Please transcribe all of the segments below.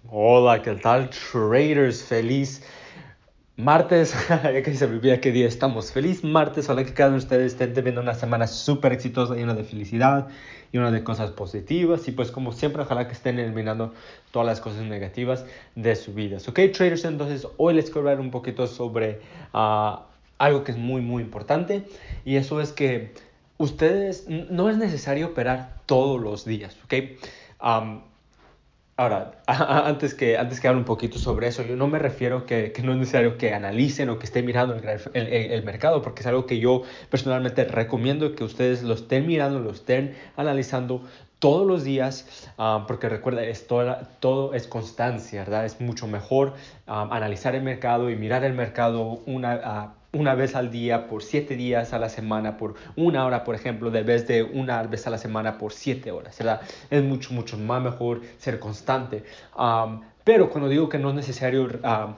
Hola, ¿qué tal, traders? Feliz martes. Ya que se me olvida qué día estamos. Feliz martes. Ojalá que cada uno de ustedes estén teniendo una semana súper exitosa, llena de felicidad y una de cosas positivas. Y pues como siempre, ojalá que estén eliminando todas las cosas negativas de su vida. Ok, traders, entonces hoy les quiero hablar un poquito sobre algo que es muy, muy importante. Y eso es que ustedes, no es necesario operar todos los días. Ok. Um, Ahora, antes que hable un poquito sobre eso, yo no me refiero que no es necesario que analicen o que estén mirando el mercado, porque es algo que yo personalmente recomiendo que ustedes lo estén mirando, lo estén analizando todos los días, porque recuerda, todo es constancia, ¿verdad? Es mucho mejor analizar el mercado y mirar el mercado una vez al día, por 7 días a la semana, por una hora, por ejemplo, de vez de una vez a la semana por 7 horas, ¿verdad? Es mucho, mucho más mejor ser constante. Pero cuando digo que no es necesario...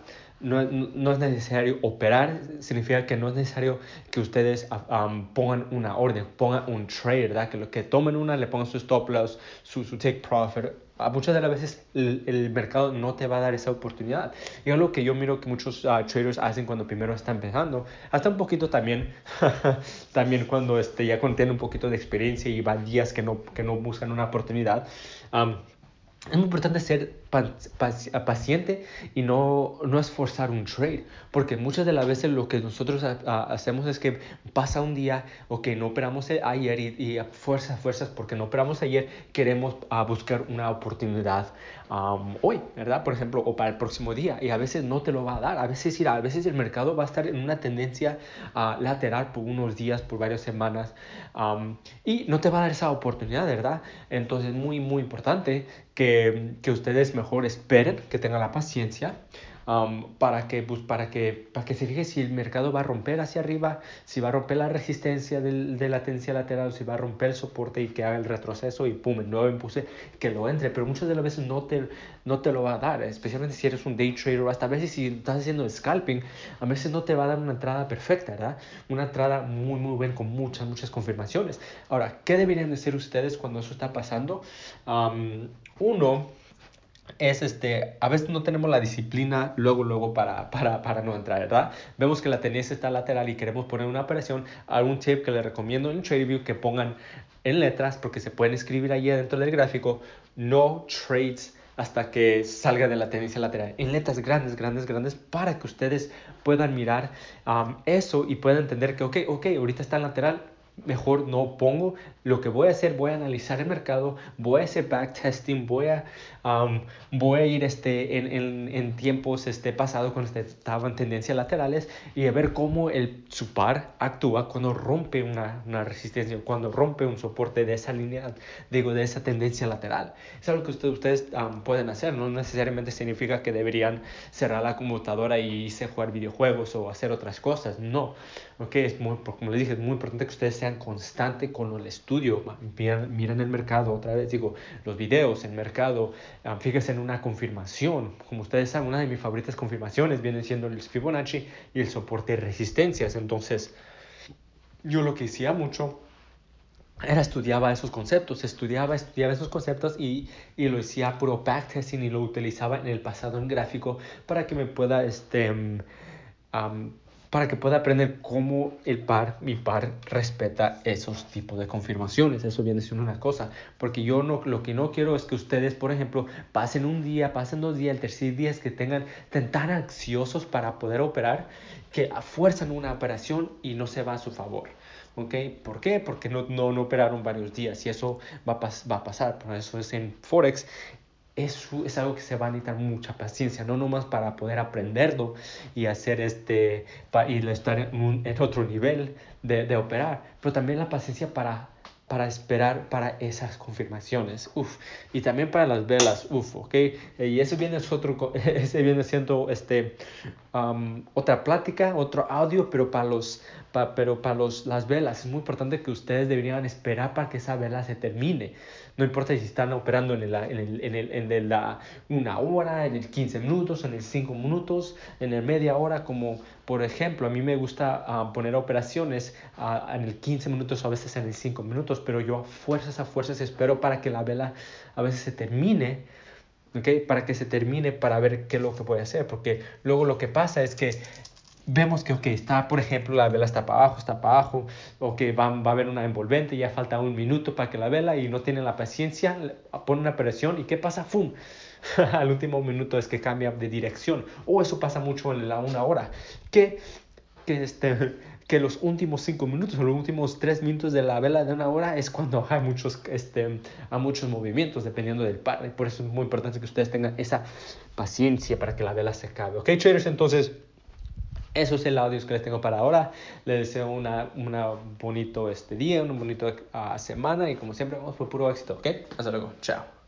no es necesario operar, significa que no es necesario que ustedes pongan una orden, pongan un trade, ¿verdad? Que tomen una, le pongan su stop loss, su take profit. Muchas de las veces el mercado no te va a dar esa oportunidad. Y es lo que yo miro que muchos traders hacen cuando primero están empezando. Hasta un poquito también, también cuando ya tienen un poquito de experiencia y van días que no buscan una oportunidad. Es muy importante ser paciente y no esforzar un trade, porque muchas de las veces lo que nosotros hacemos es que pasa un día o que no operamos ayer y a fuerzas porque no operamos ayer queremos buscar una oportunidad hoy, ¿verdad? Por ejemplo, o para el próximo día, y a veces no te lo va a dar. A veces el mercado va a estar en una tendencia lateral por unos días, por varias semanas, y no te va a dar esa oportunidad, ¿verdad? Entonces es muy, muy importante que ustedes mejor esperen, que tengan la paciencia para que se fije si el mercado va a romper hacia arriba, si va a romper la resistencia de la tendencia lateral, si va a romper el soporte y que haga el retroceso y pum, el nuevo impulso que lo entre. Pero muchas de las veces no te lo va a dar, especialmente si eres un day trader o hasta a veces si estás haciendo scalping, a veces no te va a dar una entrada perfecta, ¿verdad? Una entrada muy, muy buena con muchas, muchas confirmaciones. Ahora, ¿qué deberían de hacer ustedes cuando eso está pasando? Uno es a veces no tenemos la disciplina luego para no entrar, ¿verdad? Vemos que la tendencia está lateral y queremos poner una operación. Algún tip que les recomiendo en TradingView que pongan en letras, porque se pueden escribir ahí dentro del gráfico, no trades hasta que salga de la tendencia lateral, en letras grandes, grandes, grandes, para que ustedes puedan mirar eso y puedan entender que, ok, ahorita está en lateral, mejor no pongo. Lo que voy a hacer, voy a analizar el mercado, voy a hacer backtesting, voy a ir en tiempos pasado cuando estaban tendencias laterales y a ver cómo su par actúa cuando rompe una resistencia, cuando rompe un soporte de esa línea, de esa tendencia lateral. Es algo que ustedes pueden hacer, no necesariamente significa que deberían cerrar la computadora y irse a jugar videojuegos o hacer otras cosas, no. Okay, como les dije, es muy importante que ustedes sean constantes con el estudio. Miren el mercado, otra vez digo, los videos, el mercado. Fíjense en una confirmación. Como ustedes saben, una de mis favoritas confirmaciones viene siendo el Fibonacci y el soporte de resistencias. Entonces, yo lo que hacía mucho era estudiaba esos conceptos, estudiaba esos conceptos y lo hacía puro backtesting y lo utilizaba en el pasado en gráfico para que me pueda um, para que pueda aprender cómo mi par respeta esos tipos de confirmaciones. Eso viene siendo una cosa, porque lo que no quiero es que ustedes, por ejemplo, pasen un día, pasen 2 días, el tercer día es que estén tan ansiosos para poder operar que fuerzan una operación y no se va a su favor. ¿Okay? ¿Por qué? Porque no operaron varios días y eso va a pasar. Por eso es en Forex. Es algo que se va a necesitar mucha paciencia, no nomás para poder aprenderlo y hacer y estar en otro nivel de operar, pero también la paciencia para esperar para esas confirmaciones, y también para las velas, ok, y ese viene siendo otra plática, otro audio, pero para las velas es muy importante que ustedes deberían esperar para que esa vela se termine. No importa si están operando en una hora, en el 15 minutos, en el 5 minutos, en el media hora, como por ejemplo, a mí me gusta poner operaciones en el 15 minutos o a veces en el 5 minutos, pero yo a fuerzas espero para que la vela a veces se termine ¿ok? Para que se termine, para ver qué es lo que puede hacer, porque luego lo que pasa es que vemos que, ok, está, por ejemplo, la vela está para abajo, o que va a haber una envolvente, ya falta un minuto para que la vela y no tienen la paciencia, ponen una presión y ¿qué pasa? ¡Fum! Al último minuto es que cambia de dirección, o eso pasa mucho en la 1 hora, que que los últimos 5 minutos o los últimos 3 minutos de la vela de 1 hora es cuando hay muchos movimientos dependiendo del par. Y por eso es muy importante que ustedes tengan esa paciencia para que la vela se acabe. Ok, traders, entonces eso es el audio que les tengo para ahora. Les deseo una bonito día, una bonita semana y como siempre vamos por puro éxito. Ok, hasta luego, chao.